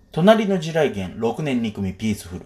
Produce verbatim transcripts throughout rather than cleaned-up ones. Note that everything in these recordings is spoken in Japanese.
隣の地雷原ろくねんに組ピースフル。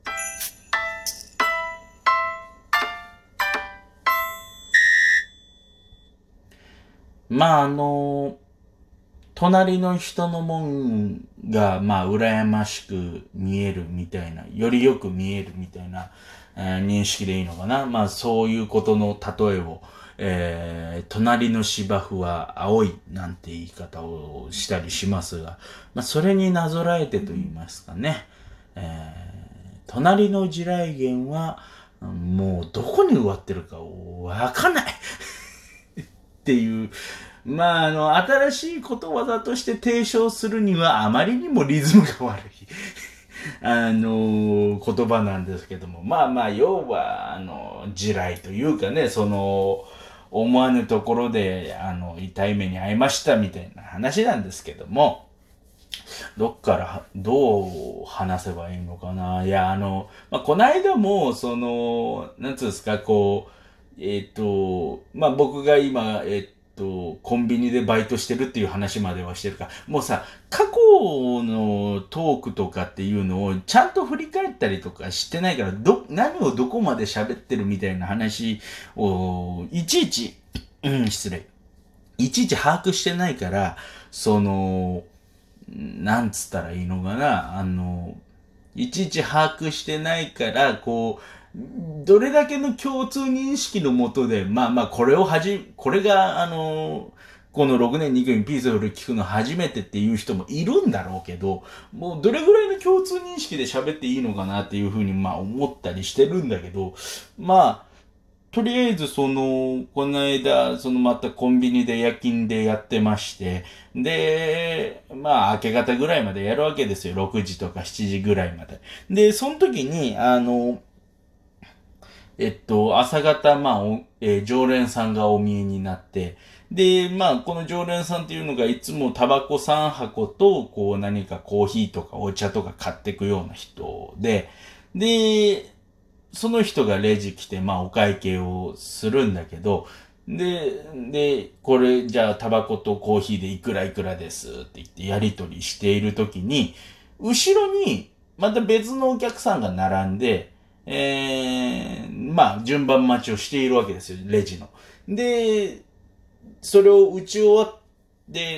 まああの隣の人のもんがまあ羨ましく見えるみたいな、よりよく見えるみたいな、えー認識でいいのかな。まあそういうことの例えを、えー隣の芝生は青いなんて言い方をしたりしますが、まあそれになぞらえてと言いますかね。えー隣の地雷原はうんもうどこに植わってるかわかんないっていう、まあ、あの、新しいことわざとして提唱するにはあまりにもリズムが悪いあの、言葉なんですけども、まあまあ、要は、あの、地雷というかね、その、思わぬところで、あの、痛い目に遭いましたみたいな話なんですけども、どっからどう話せばいいのかな。いや、あの、まあ、この間も、その、なんつうんですか、こう、えっ、と、まあ、僕が今、えっ、と、コンビニでバイトしてるっていう話まではしてるから、もうさ、過去のトークとかっていうのをちゃんと振り返ったりとかしてないから、ど、何をどこまで喋ってるみたいな話を、いちいち、うん、失礼。いちいち把握してないから、その、なんつったらいいのかな、あの、いちいち把握してないから、こう、どれだけの共通認識のもとで、まあまあ、これをはじ、これが、あの、このろくねんに組ピースフル聞くの初めてっていう人もいるんだろうけど、もうどれぐらいの共通認識で喋っていいのかなっていうふうにまあ思ったりしてるんだけど、まあ、とりあえずその、この間、そのまたコンビニで夜勤でやってまして、で、まあ明け方ぐらいまでやるわけですよ。ろくじとかしちじぐらいまで。で、その時に、あの、えっと、朝方、まあ、おえー常連さんがお見えになって、で、まあ、この常連さんっていうのがいつもタバコさん箱と、こう何かコーヒーとかお茶とか買ってくような人で、で、その人がレジ来て、まあお会計をするんだけど、で、で、これじゃあタバコとコーヒーでいくらいくらですって言ってやり取りしているときに、後ろにまた別のお客さんが並んで、えー、まあ順番待ちをしているわけですよ、レジの。で、それを打ち終わって、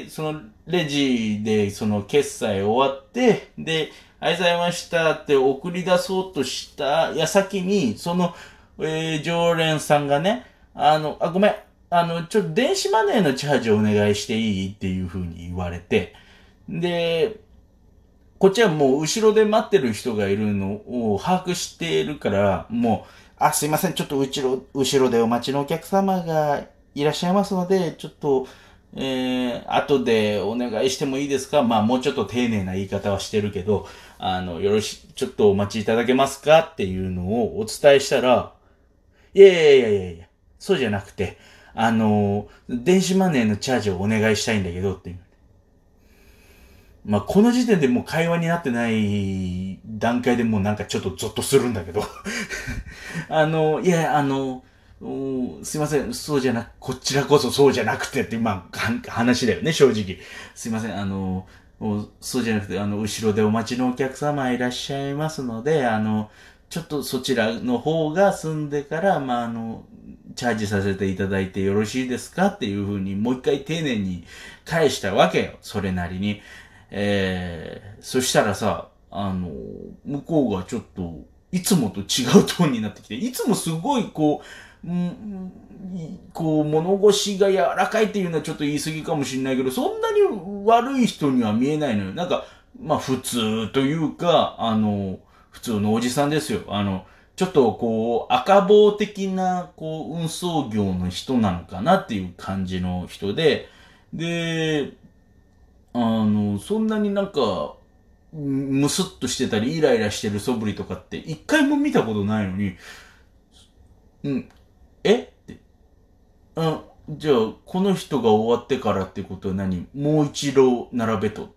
そのレジでその決済終わって、で、ありがとうございましたって送り出そうとした矢先に、その、えー、常連さんがね、あの、あ、ごめん、あの、ちょっと電子マネーのチャージお願いしていいっていう風に言われて、で、こっちはもう後ろで待ってる人がいるのを把握しているから、もう、あ、すいません、ちょっと後ろ、後ろでお待ちのお客様がいらっしゃいますので、ちょっと、えー、後でお願いしてもいいですか。まあ、もうちょっと丁寧な言い方はしてるけど、あの、よろし、ちょっとお待ちいただけますかっていうのをお伝えしたら、いやいやいやいやいや、そうじゃなくて、あの、電子マネーのチャージをお願いしたいんだけどっていう。まあ、この時点でもう会話になってない段階でもうなんかちょっとゾッとするんだけどあの、いや、あの、すいません、そうじゃなく、こちらこそそうじゃなくてって、まあ、話だよね、正直。すいません、あの、そうじゃなくて、あの、後ろでお待ちのお客様いらっしゃいますので、あの、ちょっとそちらの方が済んでから、まあ、あの、チャージさせていただいてよろしいですかっていうふうに、もう一回丁寧に返したわけよ、それなりに。えー、そしたらさ、あの、向こうがちょっと、いつもと違うトーンになってきて、いつもすごいこう、うんこう、物腰が柔らかいっていうのはちょっと言い過ぎかもしれないけど、そんなに悪い人には見えないのよ。なんか、まあ普通というか、あの、普通のおじさんですよ。あの、ちょっとこう、赤棒的な、こう、運送業の人なのかなっていう感じの人で、で、あの、そんなになんか、ムスッとしてたり、イライラしてる素振りとかって一回も見たことないのに、うん、えって、あ、じゃあ、この人が終わってからってことは何もう一度並べとって。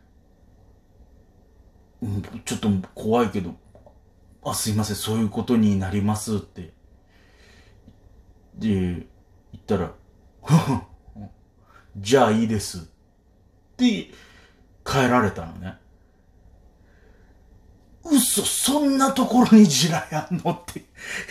うん、ちょっと怖いけど、あ、すいません、そういうことになりますって。で、言ったら、じゃあいいですって帰られたのね。 嘘、そんなところに地雷あんのって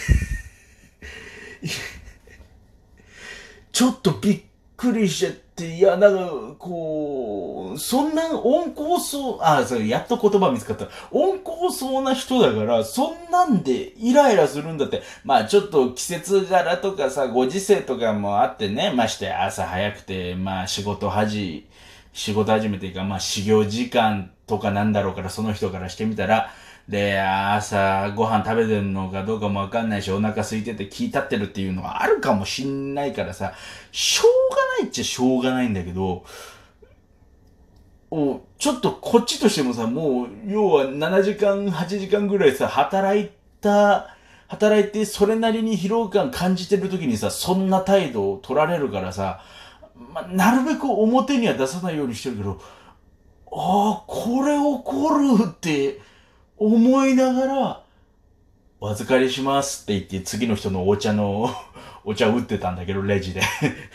ちょっとびっくりしちゃって、いや、なんか、こう、そんな温厚そう、あ、それ、やっと言葉見つかった。温厚そうな人だから、そんなんでイライラするんだって。まあ、ちょっと季節柄とかさ、ご時世とかもあってね、まして朝早くて、まあ、仕事はじ、仕事始めていうか、まあ、始業時間とかなんだろうから、その人からしてみたら、で、朝ご飯食べてるのかどうかもわかんないし、お腹空いてて気立ってるっていうのはあるかもしんないからさ、しょうがないっちゃしょうがないんだけど、おちょっとこっちとしてもさ、もう、要はななじかん、はちじかんぐらいさ、働いた、働いてそれなりに疲労感感じてる時にさ、そんな態度を取られるからさ、まあ、なるべく表には出さないようにしてるけど、ああ、これ怒るって思いながら、お預かりしますって言って次の人のお茶のお茶を打ってたんだけど、レジで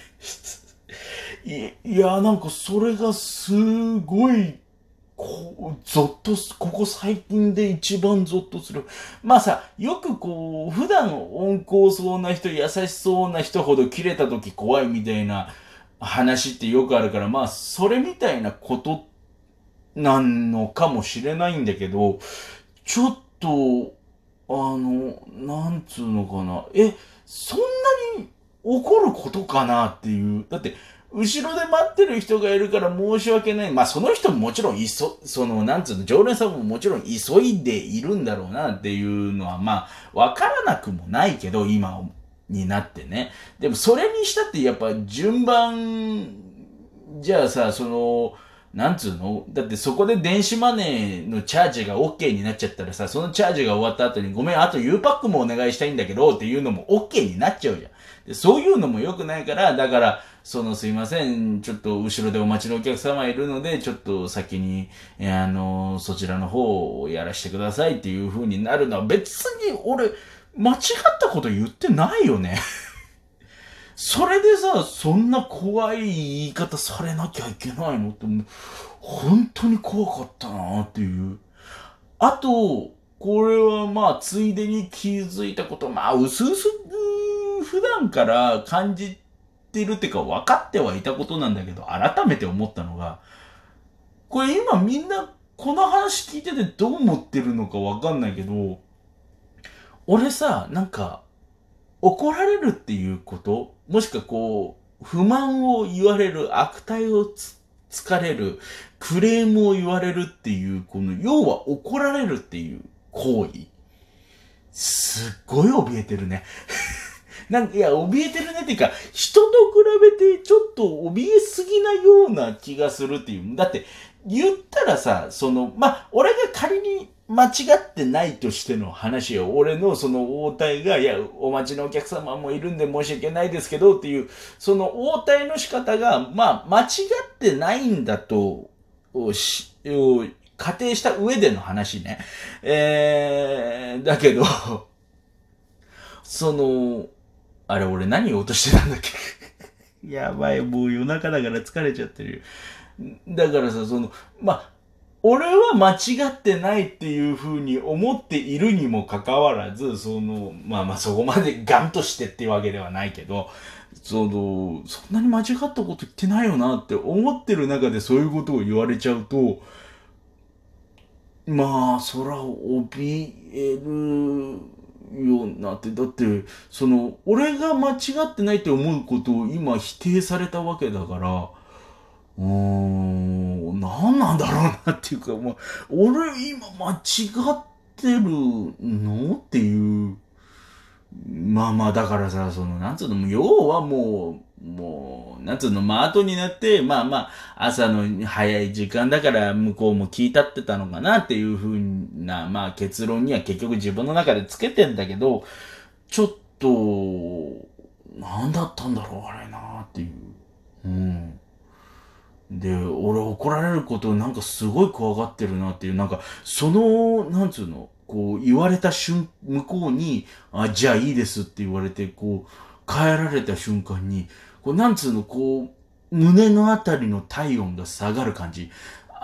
い。いや、なんかそれがすごい、こう、ゾッとす、ここ最近で一番ゾッとする。まあさ、よくこう、普段温厚そうな人、優しそうな人ほど切れた時怖いみたいな話ってよくあるから、まあ、それみたいなことなんのかもしれないんだけど、ちょっと、あの、なんつうのかな。え、そんなに怒ることかなっていう。だって、後ろで待ってる人がいるから申し訳ない。まあ、その人ももちろん、いそ、その、なんつうの、常連さんももちろん急いでいるんだろうなっていうのは、まあ、わからなくもないけど、今になってね。でも、それにしたって、やっぱ、順番、じゃあさ、その、なんつうのだってそこで電子マネーのチャージが OK になっちゃったらさ、そのチャージが終わった後にごめん、あと U パックもお願いしたいんだけどっていうのも OK になっちゃうじゃん。でそういうのも良くないから、だから、そのすいません、ちょっと後ろでお待ちのお客様いるので、ちょっと先に、えあの、そちらの方をやらしてくださいっていう風になるのは別に俺、間違ったこと言ってないよね。それでさ、そんな怖い言い方されなきゃいけないのって、本当に怖かったなっていう。あと、これはまあ、ついでに気づいたこと、まあ、うすうす、普段から感じてるっていうか分かってはいたことなんだけど、改めて思ったのが、これ今みんなこの話聞いててどう思ってるのか分かんないけど、俺さ、なんか、怒られるっていうこと、もしくはこう、不満を言われる、悪態をつ、つかれる、クレームを言われるっていう、この、要は怒られるっていう行為、すっごい怯えてるね。なんか、いや、怯えてるねっていうか、人と比べてちょっと怯えすぎなような気がするっていう。だって、言ったらさ、その、まあ、俺が仮に間違ってないとしての話よ。俺のその応対が、いや、お待ちのお客様もいるんで申し訳ないですけどっていう、その応対の仕方が、まあ、間違ってないんだと、し、仮定した上での話ね。えー、だけど、その、あれ俺何言おうとしてたんだっけやばい、もう夜中だから疲れちゃってるよ。だからさ、その、まあ、俺は間違ってないっていう風に思っているにもかかわらず、その、まあまあそこまでガンとしてっていうわけではないけど、その、そんなに間違ったこと言ってないよなって思ってる中でそういうことを言われちゃうと、まあ、そら、怯えるようになって、だって、その、俺が間違ってないって思うことを今否定されたわけだから、うーん、なんなんだろうなっていうか、まあ、俺今間違ってるのっていう。まあまあ、だからさ、その、なんつうの、要はもう、もう、なんつうの、まあ後になって、まあまあ、朝の早い時間だから向こうも聞いたってたのかなっていうふうな、まあ結論には結局自分の中でつけてんだけど、ちょっと、なんだったんだろう、あれなっていう。うん。で、俺怒られることなんかすごい怖がってるなっていう、なんか、その、なんつうの、こう、言われた瞬、向こうに、あ、じゃあいいですって言われて、こう、帰られた瞬間に、こう、なんつうの、こう、胸のあたりの体温が下がる感じ。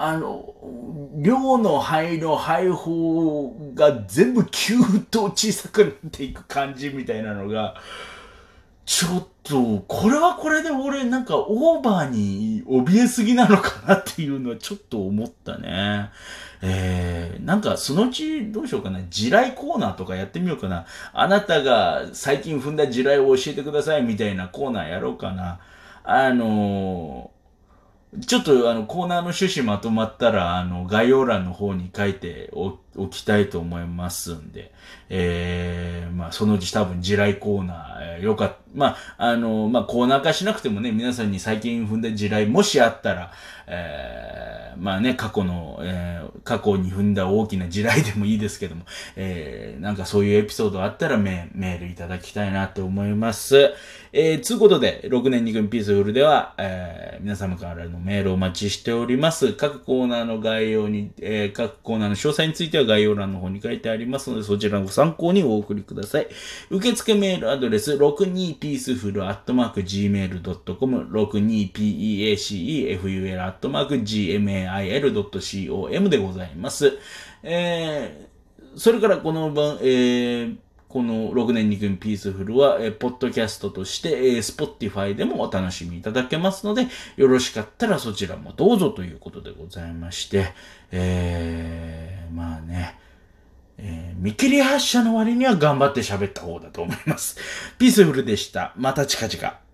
あの、量の肺の肺胞が全部キューッと小さくなっていく感じみたいなのが、ちょっと、これはこれで俺なんかオーバーに怯えすぎなのかなっていうのはちょっと思ったね。えー、なんかそのうちどうしようかな。地雷コーナーとかやってみようかな。あなたが最近踏んだ地雷を教えてくださいみたいなコーナーやろうかな。あのーちょっとあのコーナーの趣旨まとまったらあの概要欄の方に書いておおきたいと思いますんで、えー、まあそのうち多分地雷コーナー、えーよかった。まああの、まあコーナー化しなくてもね、皆さんに最近踏んだ地雷もしあったら、えー、まあね、過去の、えー、過去に踏んだ大きな地雷でもいいですけども、えー、なんかそういうエピソードあったらメメールいただきたいなと思います。えー、つうことで、ろくねんに組ピースフルでは、えー、皆様からのメールをお待ちしております。各コーナーの概要に、えー、各コーナーの詳細については概要欄の方に書いてありますので、そちらをご参考にお送りください。受付メールアドレス、ろくにピースフルアットマークジーメールドットコム、ろくにピーイーエーシーイーエフユーエルアットマークジーエムエーアイエルドットコム でございます。えー、それからこの番、えー、このろくねんに組ピースフルは、えー、ポッドキャストとして、えー、Spotify でもお楽しみいただけますので、よろしかったらそちらもどうぞということでございまして、えー、まあね、えー、見切り発車の割には頑張って喋った方だと思います。ピースフルでした。また近々。